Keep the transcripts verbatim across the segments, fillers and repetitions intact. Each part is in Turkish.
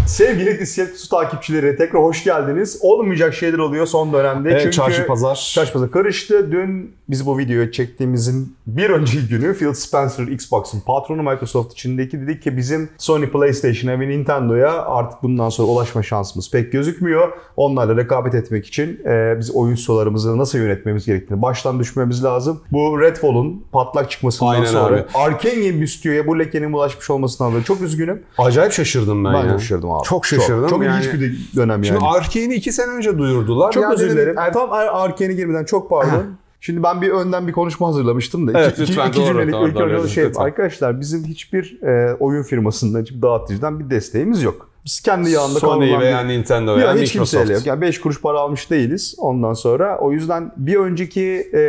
Sevgili Disket Kutusu takipçileri, tekrar hoş geldiniz. Olmayacak şeyler oluyor son dönemde. Evet, çünkü çarşı pazar. Çarşı pazar karıştı. Dün biz bu videoyu çektiğimizin bir önceki günü Phil Spencer, Xbox'ın patronu, Microsoft içindeki, dedik ki bizim Sony PlayStation'a ve Nintendo'ya artık bundan sonra ulaşma şansımız pek gözükmüyor. Onlarla rekabet etmek için e, biz oyun stolarımızı nasıl yönetmemiz gerektiğini baştan düşmemiz lazım. Bu Redfall'un patlak çıkmasından Aynen sonra abi. Arkane gibi bir stüdyoya bu lekenin ulaşmış olmasından dolayı çok üzgünüm. Acayip şaşırdım ben, Ben ya. de şaşırdım abi. Çok şaşırdım. Çok, çok yani, ilginç bir dönem yani. Şimdi Arkane'i iki sene önce duyurdular. Çok yani özür dilerim. Er... Tam Arkane'e girmeden çok pardon. Şimdi ben bir önden bir konuşma hazırlamıştım da. Evet, iki, lütfen, iki doğru, cümlelik doğru, ilk doğru, önce doğru, şey, lütfen. arkadaşlar bizim hiçbir e, oyun firmasından, hiçbir dağıtıcıdan bir desteğimiz yok. Biz kendi yağında Sony veya Nintendo veya hiç Microsoft. kimseyle yok. Yani beş kuruş para almış değiliz ondan sonra. O yüzden bir önceki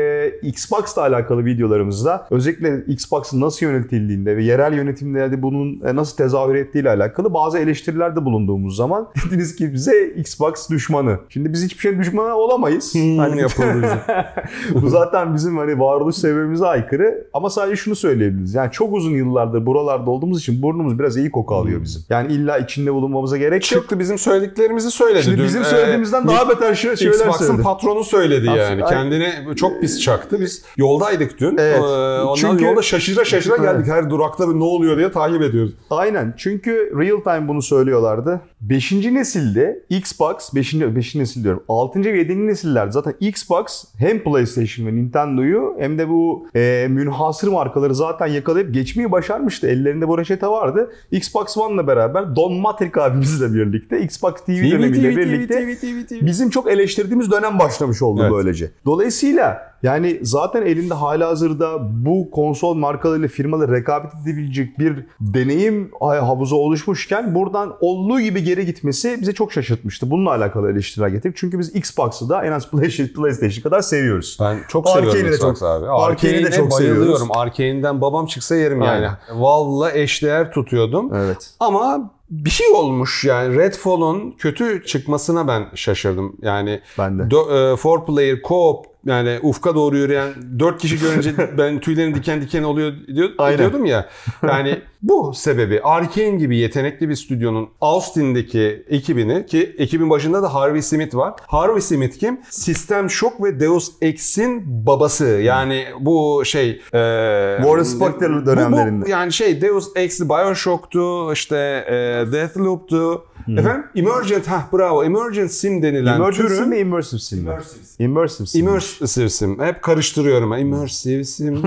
e, Xbox'la alakalı videolarımızda özellikle Xbox'ın nasıl yönetildiğinde ve yerel yönetimlerde bunun e, nasıl tezahür ettiğiyle alakalı bazı eleştirilerde bulunduğumuz zaman dediniz ki bize Xbox düşmanı. Şimdi biz hiçbir şeyin düşmanı olamayız. Hmm, hani yapıldı bu zaten bizim hani varoluş sebebimize aykırı. Ama sadece şunu söyleyebiliriz. Yani çok uzun yıllardır buralarda olduğumuz için burnumuz biraz iyi koku alıyor bizim. Yani illa içinde bulunmamıza gerek yok. Çıktı bizim söylediklerimizi söyledi. Şimdi dün. bizim söylediğimizden ee, daha beter şeyler söyledi. Xbox'ın patronu söyledi Aslında, yani. Kendini çok pis çaktı. Biz yoldaydık dün. Evet. Ee, ondan Çünkü... yolda şaşıra şaşıra geldik. Her durakta bir ne oluyor diye takip ediyoruz. Aynen. Çünkü real time bunu söylüyorlardı. beşinci nesilde Xbox, beşinci beşinci nesil diyorum. altıncı ve yedinci nesillerde zaten Xbox hem PlayStation ve Nintendo'yu hem de bu e, münhasır markaları zaten yakalayıp geçmeyi başarmıştı. Ellerinde bu reçete vardı. Xbox One'la beraber Don Matrix abimizle birlikte Xbox T V, T V dönemiyle T V, birlikte T V, T V, T V. bizim çok eleştirdiğimiz dönem başlamış oldu evet. Böylece. Dolayısıyla yani zaten elinde halihazırda bu konsol markalarıyla firmalarla rekabet edebilecek bir deneyim havuzu oluşmuşken buradan olduğu gibi geri gitmesi bize çok şaşırtmıştı. Bununla alakalı eleştiriler getirdik. Çünkü biz Xbox'ı da en az PlayStation, PlayStation kadar seviyoruz. Ben çok seviyorum Arkane'i Xbox çok, abi. Arkane'i de çok bayılıyorum. seviyoruz. Arkane'den babam çıksa yerim yani. Aynen. Vallahi eşdeğer tutuyordum. Evet. Ama bir şey olmuş yani Redfall'un kötü çıkmasına ben şaşırdım. Yani ben de. Do, e, four player co-op yani ufka doğru yürüyen dört kişi görünce ben tüylerim diken diken oluyor diyor, diyordum ya. Yani bu sebebi Arkane gibi yetenekli bir stüdyonun Austin'deki ekibini, ki ekibin başında da Harvey Smith var. Harvey Smith kim? System Shock ve Deus Ex'in babası. Yani bu şey e, Warren Spector dönemlerinde. Bu, bu, yani şey Deus Ex'li BioShock'tu, işte e, Deathloop'tu. Hmm. Efendim Emergent, ha bravo, Emergent Sim denilen Emergent türün. Sim mi Immersive Sim mi? Immersive Sim. Immersive Sim. Immersive Sim. Hep karıştırıyorum. Immersive Sim.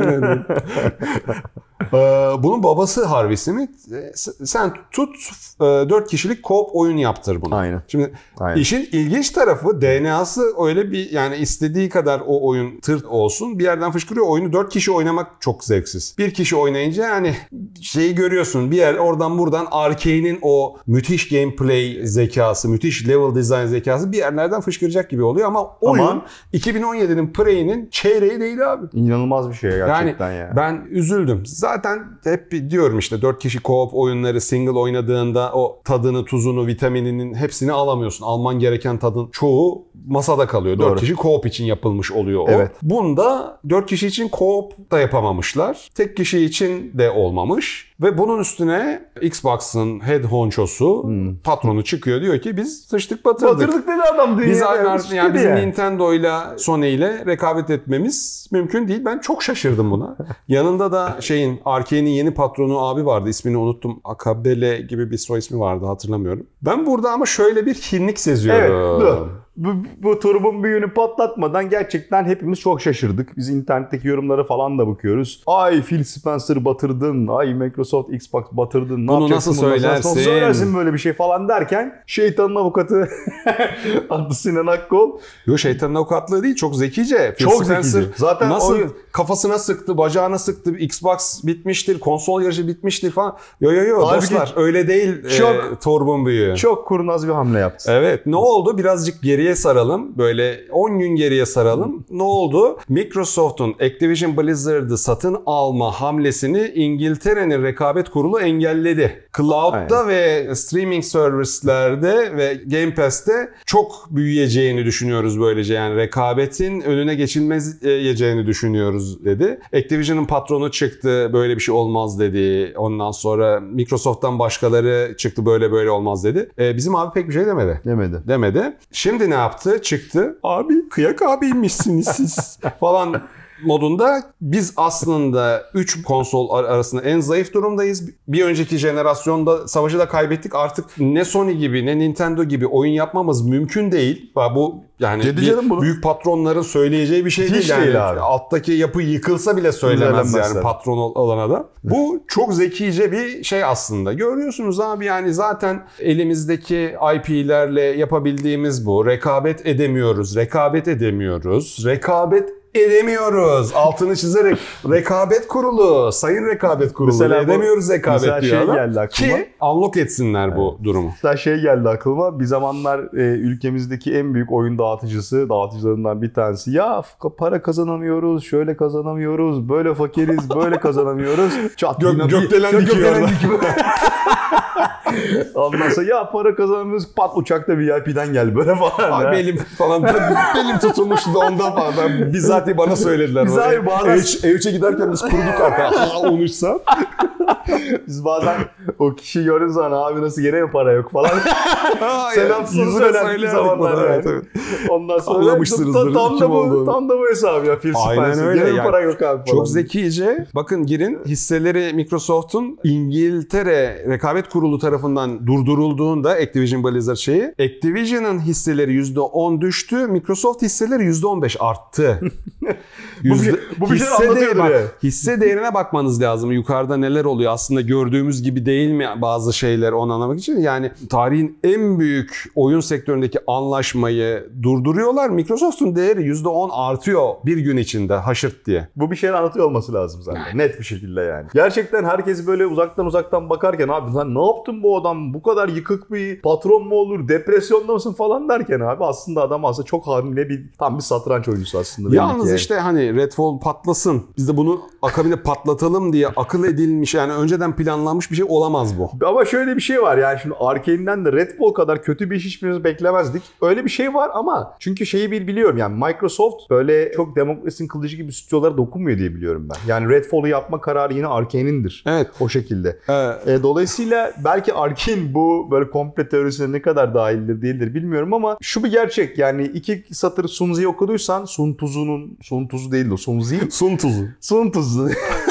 Bunun babası Harvey Smith. Sen tut dört kişilik co-op oyun yaptır bunu. Aynen. Şimdi Aynen. işin ilginç tarafı D N A'sı öyle bir, yani istediği kadar o oyun tırt olsun bir yerden fışkırıyor. Oyunu dört kişi oynamak çok zevksiz. Bir kişi oynayınca yani şeyi görüyorsun, bir yer oradan buradan Arkane'in o müthiş gameplay zekası, müthiş level design zekası bir yerlerden fışkıracak gibi oluyor ama oyun ama iki bin on yedinin Prey'nin çeyreği değil abi. İnanılmaz bir şey gerçekten yani. ya. Ben üzüldüm. Zaten hep diyorum işte dört kişi co-op oyunları single oynadığında o tadını, tuzunu, vitamininin hepsini alamıyorsun. Alman gereken tadın çoğu masada kalıyor. Doğru. dört kişi co-op için yapılmış oluyor o. Evet. Bunda dört kişi için co-op da yapamamışlar. Tek kişi için de olmamış. Ve bunun üstüne Xbox'ın head honchosu, hmm. patronu çıkıyor, diyor ki biz sıçtık batırdık. Batırdık dedi adam dünyaya. Biz artık yani bizim yani. Nintendo ile Sony ile rekabet etmemiz mümkün değil. Ben çok şaşırdım buna. Yanında da şeyin Arkane'in yeni patronu abi vardı. İsmini unuttum. Akabele gibi bir soy ismi vardı, hatırlamıyorum. Ben burada ama şöyle bir hinlik seziyorum. Evet. Bu, bu turbun büyüğünü patlatmadan gerçekten hepimiz çok şaşırdık. Biz internetteki yorumlara falan da bakıyoruz. Ay Phil Spencer batırdın. Ay Microsoft Xbox batırdın. Ne bunu nasıl söylersin? Nasıl söylersin böyle bir şey falan derken şeytanın avukatı adı Sinan Akkol. Yok, şeytanın avukatlığı değil. Çok zekice. Phil çok Spencer zekice. Zaten nasıl oyun... kafasına sıktı, bacağına sıktı. Xbox bitmiştir, konsol yarışı bitmiştir falan. Yo yo yo dostlar, öyle değil çok, e, turbun büyüğü. Çok kurnaz bir hamle yaptı. Evet. Ne oldu? Birazcık geri geriye saralım. Böyle on gün geriye saralım. Ne oldu? Microsoft'un Activision Blizzard'ı satın alma hamlesini İngiltere'nin rekabet kurulu engelledi. Cloud'da Aynen. ve streaming servislerde ve Game Pass'te çok büyüyeceğini düşünüyoruz böylece. Yani rekabetin önüne geçilmeyeceğini düşünüyoruz dedi. Activision'ın patronu çıktı, böyle bir şey olmaz dedi. Ondan sonra Microsoft'tan başkaları çıktı, böyle böyle olmaz dedi. Ee, bizim abi pek bir şey demedi. Demedi. Demedi. Şimdi ne yaptı? Çıktı. Abi kıyak abiymişsiniz siz falan modunda. Biz aslında üç konsol arasında en zayıf durumdayız. Bir önceki jenerasyonda savaşı da kaybettik. Artık ne Sony gibi ne Nintendo gibi oyun yapmamız mümkün değil. Bu yani bir, büyük patronların söyleyeceği bir şey Hiç değil. Yani değil abi. Alttaki yapı yıkılsa bile söylemez yani sen. Patron olana da. Bu çok zekice bir şey aslında. Görüyorsunuz abi, yani zaten elimizdeki I P'lerle yapabildiğimiz bu. Rekabet edemiyoruz. Rekabet edemiyoruz. Rekabet edemiyoruz. Altını çizerek rekabet kurulu, sayın rekabet kurulu mesela edemiyoruz bu, rekabet diyor şey adam. Ki unlock etsinler evet. bu durumu. Mesela şey geldi aklıma. Bir zamanlar e, ülkemizdeki en büyük oyun dağıtıcısı, dağıtıcılarından bir tanesi. Ya para kazanamıyoruz, şöyle kazanamıyoruz, böyle fakiriz, böyle kazanamıyoruz. Çat, Gök, gökdelen dikiyor. Ondan sonra ya para kazanamıyoruz, pat uçakta V I P'den gel böyle falan. Abi belim falan, belim tutulmuştu da ondan falan. Ben, bizzat bana söylediler. Biz abi bazen E üçe giderken biz kurduk arkaya. on üç saat. Biz bazen o kişiyi gördüğümüz zaman abi nasıl gene mi para yok falan. Selamsızı söylendiği zamanlar. Evet, evet. Ondan sonra anlamışsınızdır. Tam da bu, tam da bu hesabı ya. Phil Aynen öyle. Gene yani, para yok abi falan. Çok zekice. Bakın girin, hisseleri Microsoft'un İngiltere Rekabet Kurulu tarafından durdurulduğunda Activision Blizzard şeyi, Activision'ın hisseleri yüzde on düştü. Microsoft hisseleri yüzde on beş arttı. Yüzde, bu bir şey anlatıyor bak, hisse değerine bakmanız lazım. Yukarıda neler oluyor? Aslında gördüğümüz gibi değil mi bazı şeyler, onu anlamak için? Yani tarihin en büyük oyun sektöründeki anlaşmayı durduruyorlar. Microsoft'un değeri yüzde on artıyor bir gün içinde haşırt diye. Bu bir şeyler anlatıyor olması lazım zaten. Yani. Net bir şekilde yani. Gerçekten herkes böyle uzaktan uzaktan bakarken abi lan ne yaptın bu adam? Bu kadar yıkık bir patron mu olur? Depresyonda mısın falan derken abi aslında adam aslında çok hamile bir tam bir satranç oyuncusu aslında. Yalnız yani. işte hani Redfall patlasın, biz de bunu akabinde patlatalım diye akıl edilmiş, yani önceden planlanmış bir şey olamaz bu. Ama şöyle bir şey var yani, şimdi Arkane'den de Redfall kadar kötü bir iş hiçbirimiz beklemezdik. Öyle bir şey var ama çünkü şeyi bir biliyorum yani Microsoft böyle çok demokrasinin kılıcı gibi stüdyolara dokunmuyor diye biliyorum ben. Yani Redfall'u yapma kararı yine Arkane'indir. Evet. O şekilde. Evet. E, dolayısıyla belki Arkane bu böyle komple teorisine ne kadar dahildir değildir bilmiyorum ama şu bir gerçek yani iki satır Sun Tzu'yu okuduysan Sun Tzu'nun Sun Tzu değil o Sun Tzu. Sun Tzu. Sun Tzu.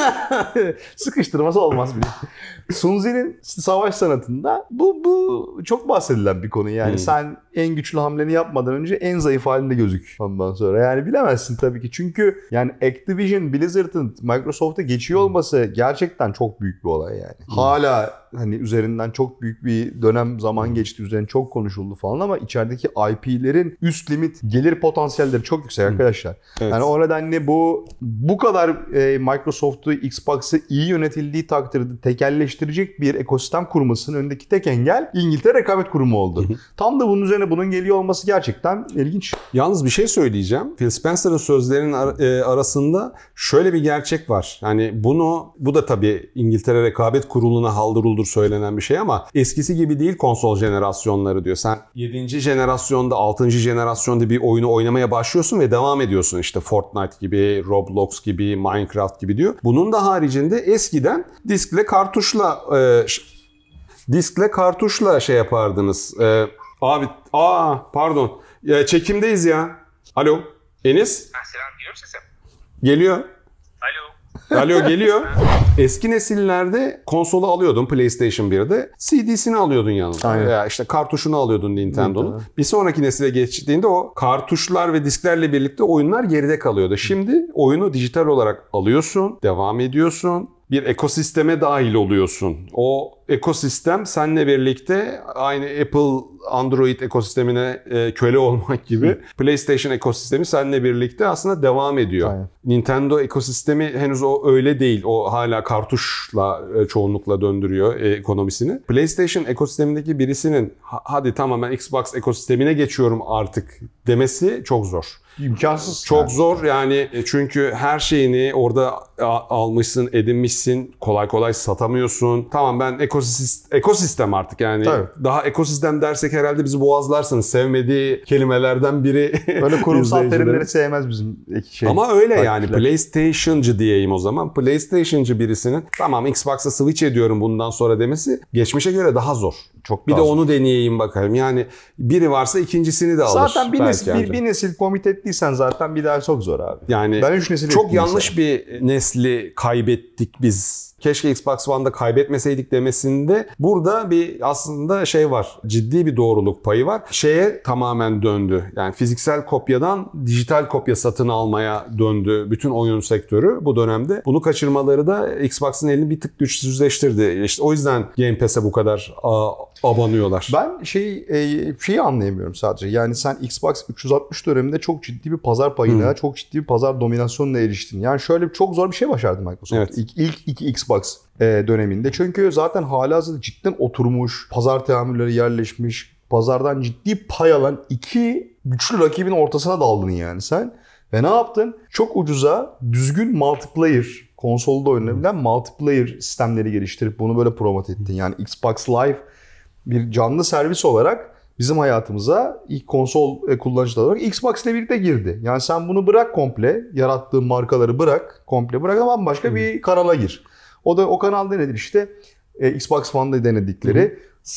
Sıkıştırması olmaz bile. Sun Tzu'nun savaş sanatında bu bu çok bahsedilen bir konu yani. Hmm. Sen en güçlü hamleni yapmadan önce en zayıf halinde gözük ondan sonra. Yani bilemezsin tabii ki. Çünkü yani Activision Blizzard'ın Microsoft'a geçiyor olması gerçekten çok büyük bir olay yani. Hmm. Hala hani üzerinden çok büyük bir dönem zaman geçti. Üzerine çok konuşuldu falan ama içerideki I P'lerin üst limit gelir potansiyelleri çok yüksek hmm. arkadaşlar. Evet. Yani o nedenle bu bu kadar e, Microsoft'u, Xbox'ı iyi yönetildiği takdirde tekelleştirecek bir ekosistem kurmasının önündeki tek engel İngiltere Rekabet Kurumu oldu. Tam da bunun üzerine bunun geliyor olması gerçekten ilginç. Yalnız bir şey söyleyeceğim. Phil Spencer'ın sözlerinin ar- e, arasında şöyle bir gerçek var. Yani bunu, bu da tabii İngiltere Rekabet Kurulu'na haldıruldur söylenen bir şey ama eskisi gibi değil konsol jenerasyonları diyor. Sen yedinci jenerasyonda, altıncı jenerasyonda bir oyunu oynamaya başlıyorsun ve devam ediyorsun. İşte Fortnite gibi, Roblox gibi, Minecraft gibi diyor. Bunun da haricinde eskiden diskle kartuşla e, diskle kartuşla şey yapardınız. E, abi, aa pardon. E, çekimdeyiz ya. Alo. Enis? Ha, selam, geliyor mu sesim? Geliyor. Alo. Alo geliyor. Eski nesillerde konsolu alıyordun PlayStation birde. C D'sini alıyordun yanına. Aynen. Veya işte kartuşunu alıyordun Nintendo'nun. Evet, bir sonraki nesile geçtiğinde o kartuşlar ve disklerle birlikte oyunlar geride kalıyordu. Şimdi oyunu dijital olarak alıyorsun, devam ediyorsun. Bir ekosisteme dahil oluyorsun. O ekosistem seninle birlikte aynı Apple Android ekosistemine e, köle olmak gibi Hı. PlayStation ekosistemi seninle birlikte aslında devam ediyor. Aynen. Nintendo ekosistemi henüz o öyle değil. O hala kartuşla e, çoğunlukla döndürüyor e, ekonomisini. PlayStation ekosistemindeki birisinin hadi tamam ben Xbox ekosistemine geçiyorum artık demesi çok zor. İmkansız. Çok yani. zor yani çünkü her şeyini orada almışsın, edinmişsin. Kolay kolay satamıyorsun. Tamam ben ekosistem, ekosistem artık yani. Tabii. Daha ekosistem dersek herhalde bizi boğazlarsınız. Sevmediği kelimelerden biri. Böyle kurumsal terimleri sevmez bizim şey. Ama öyle yani PlayStation'cı diyeyim o zaman. PlayStation'cı birisinin tamam Xbox'a switch ediyorum bundan sonra demesi geçmişe göre daha zor. Çok bir de zor. Onu deneyeyim bakalım. Yani biri varsa ikincisini de alır. Zaten bir nesil, bir, bir nesil commit ettiysen zaten bir daha çok zor abi. Yani ben üç nesil çok yanlış mesela. Bir nesli kaybettik biz. Keşke Xbox One'da kaybetmeseydik demesinde burada bir aslında şey var. Ciddi bir doğruluk payı var. Şeye tamamen döndü. Yani fiziksel kopyadan dijital kopya satın almaya döndü bütün oyun sektörü bu dönemde. Bunu kaçırmaları da Xbox'ın elini bir tık güçsüzleştirdi. İşte o yüzden Game Pass'e bu kadar a, abanıyorlar. Ben şey şeyi anlayamıyorum sadece. Yani sen Xbox üç yüz altmış döneminde çok ciddi bir pazar payına, hmm. çok ciddi bir pazar dominasyonuna eriştin. Yani şöyle çok zor bir şey başardı Microsoft. Evet. İlk, ilk iki Xbox döneminde. Çünkü zaten halihazırda cidden oturmuş, pazar teamülleri yerleşmiş, pazardan ciddi pay alan iki güçlü rakibin ortasına daldın yani sen. Ve ne yaptın? Çok ucuza düzgün multiplayer, konsolda oynayabilen multiplayer sistemleri geliştirip bunu böyle promote ettin. Yani Xbox Live bir canlı servis olarak bizim hayatımıza ilk konsol kullanıcılar olarak Xbox ile birlikte girdi. Yani sen bunu bırak komple, yarattığın markaları bırak, komple bırak ama başka hmm. bir kanala gir. O da o kanalda nedir işte e, Xbox One'da denedikleri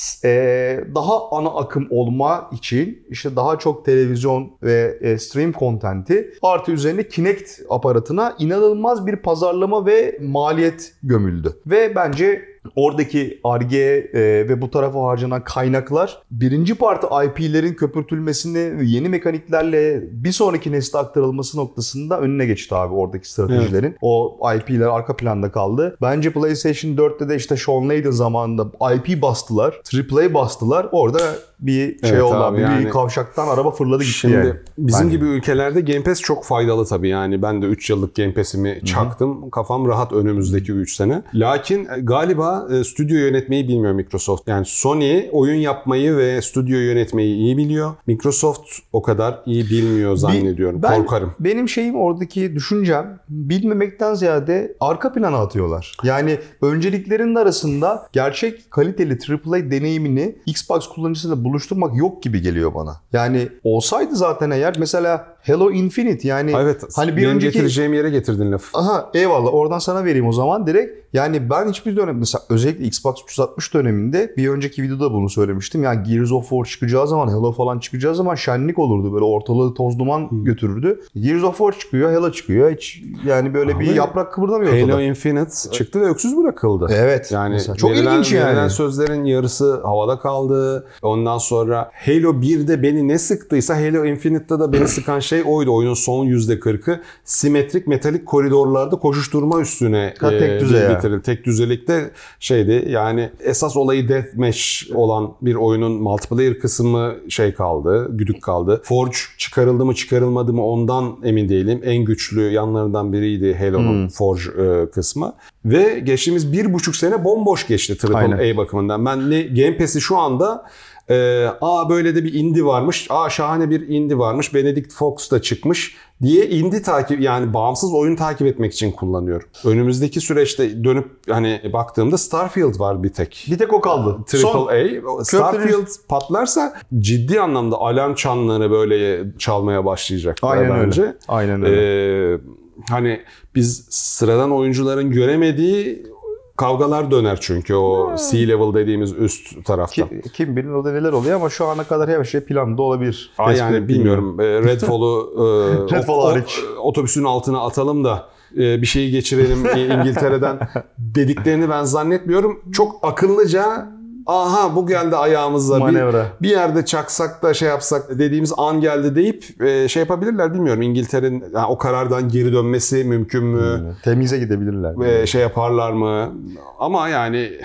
e, daha ana akım olma için işte daha çok televizyon ve e, stream content'i artı üzerine Kinect aparatına inanılmaz bir pazarlama ve maliyet gömüldü. Ve bence oradaki Ar-Ge e, ve bu tarafa harcanan kaynaklar birinci parti I P'lerin köpürtülmesini ve yeni mekaniklerle bir sonraki nesle aktarılması noktasında önüne geçti abi oradaki stratejilerin. Evet. O I P'ler arka planda kaldı. Bence PlayStation dörtte de işte Sean Layden zamanında I P bastılar, Triple A bastılar. Orada bir şey evet oldu abi, yani bir kavşaktan araba fırladı gitti şimdi yani. Bizim bence gibi ülkelerde Game Pass çok faydalı tabii yani. Ben de üç yıllık Game Pass'imi çaktım. Hı-hı. Kafam rahat önümüzdeki üç sene. Lakin galiba e, stüdyo yönetmeyi bilmiyor Microsoft. Yani Sony oyun yapmayı ve stüdyo yönetmeyi iyi biliyor. Microsoft o kadar iyi bilmiyor zannediyorum. Ben, korkarım. Benim şeyim oradaki düşüncem bilmemekten ziyade arka plana atıyorlar. Yani önceliklerin arasında gerçek kaliteli Triple A deneyimini Xbox kullanıcısıyla buluşturmak yok gibi geliyor bana. Yani olsaydı zaten eğer mesela Halo Infinite yani evet, hani bir önceki getireceğim yere getirdin lafı. Aha eyvallah oradan sana vereyim o zaman direkt. Yani ben hiçbir dönem mesela özellikle Xbox üç yüz altmış döneminde bir önceki videoda bunu söylemiştim. Yani Gears of War çıkacağı zaman, Halo falan çıkacağı zaman şenlik olurdu. Böyle ortalığı toz duman hmm. götürürdü. Gears of War çıkıyor, Halo çıkıyor. Hiç yani böyle Abi, bir yaprak kıvırdamıyor Halo ortada. Infinite çıktı ve öksüz bırakıldı. Evet. Yani mesela. Çok verilen, ilginç yani. Verilen sözlerin yarısı havada kaldı. Ondan sonra Halo birde beni ne sıktıysa Halo Infinite'da da beni sıkan şey oydu. Oyunun son yüzde kırkı simetrik metalik koridorlarda koşuşturma üstüne ha, tek düze bitirildi. Tek düzelikte şeydi yani esas olayı deathmatch olan bir oyunun multiplayer kısmı şey kaldı, güdük kaldı. Forge çıkarıldı mı çıkarılmadı mı ondan emin değilim. En güçlü yanlarından biriydi Halo'nun hmm. Forge e, kısmı. Ve geçtiğimiz bir buçuk sene bomboş geçti Triple A bakımından. Ben ne Game Pass'i şu anda Ee, aa böyle de bir indie varmış. Aa şahane bir indie varmış. Benedict Fox da çıkmış diye indie takip yani bağımsız oyun takip etmek için kullanıyorum. Önümüzdeki süreçte dönüp hani baktığımda Starfield var bir tek. Bir tek o kaldı. Triple A. Starfield patlarsa ciddi anlamda alarm çanları böyle çalmaya başlayacak. Aynen bence. öyle. Aynen öyle. Ee, hani biz sıradan oyuncuların göremediği kavgalar döner çünkü o hmm. C-level dediğimiz üst tarafta. Kim, kim bilir o da neler oluyor ama şu ana kadar her şey planda olabilir. Aa, yani bilmiyorum. Redfall'u Redfall o, hariç. O, otobüsün altına atalım da bir şeyi geçirelim İngiltere'den dediklerini ben zannetmiyorum. Çok akıllıca aha bu geldi ayağımızla manevra. Bir, bir yerde çaksak da şey yapsak dediğimiz an geldi deyip e, şey yapabilirler bilmiyorum. İngiltere'nin yani o karardan geri dönmesi mümkün mü? Hmm. Temize gidebilirler. Ve şey yaparlar mı? Ama yani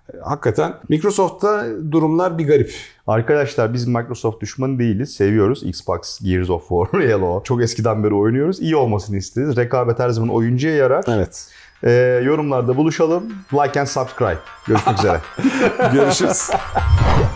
Hakikaten Microsoft'ta durumlar bir garip. Arkadaşlar biz Microsoft düşmanı değiliz. Seviyoruz. Xbox, Gears of War, Halo. Çok eskiden beri oynuyoruz. İyi olmasını isteriz. Rekabet her zaman oyuncuya yarar. Evet. Ee, yorumlarda buluşalım. Like and subscribe. Görüşmek üzere. Görüşürüz.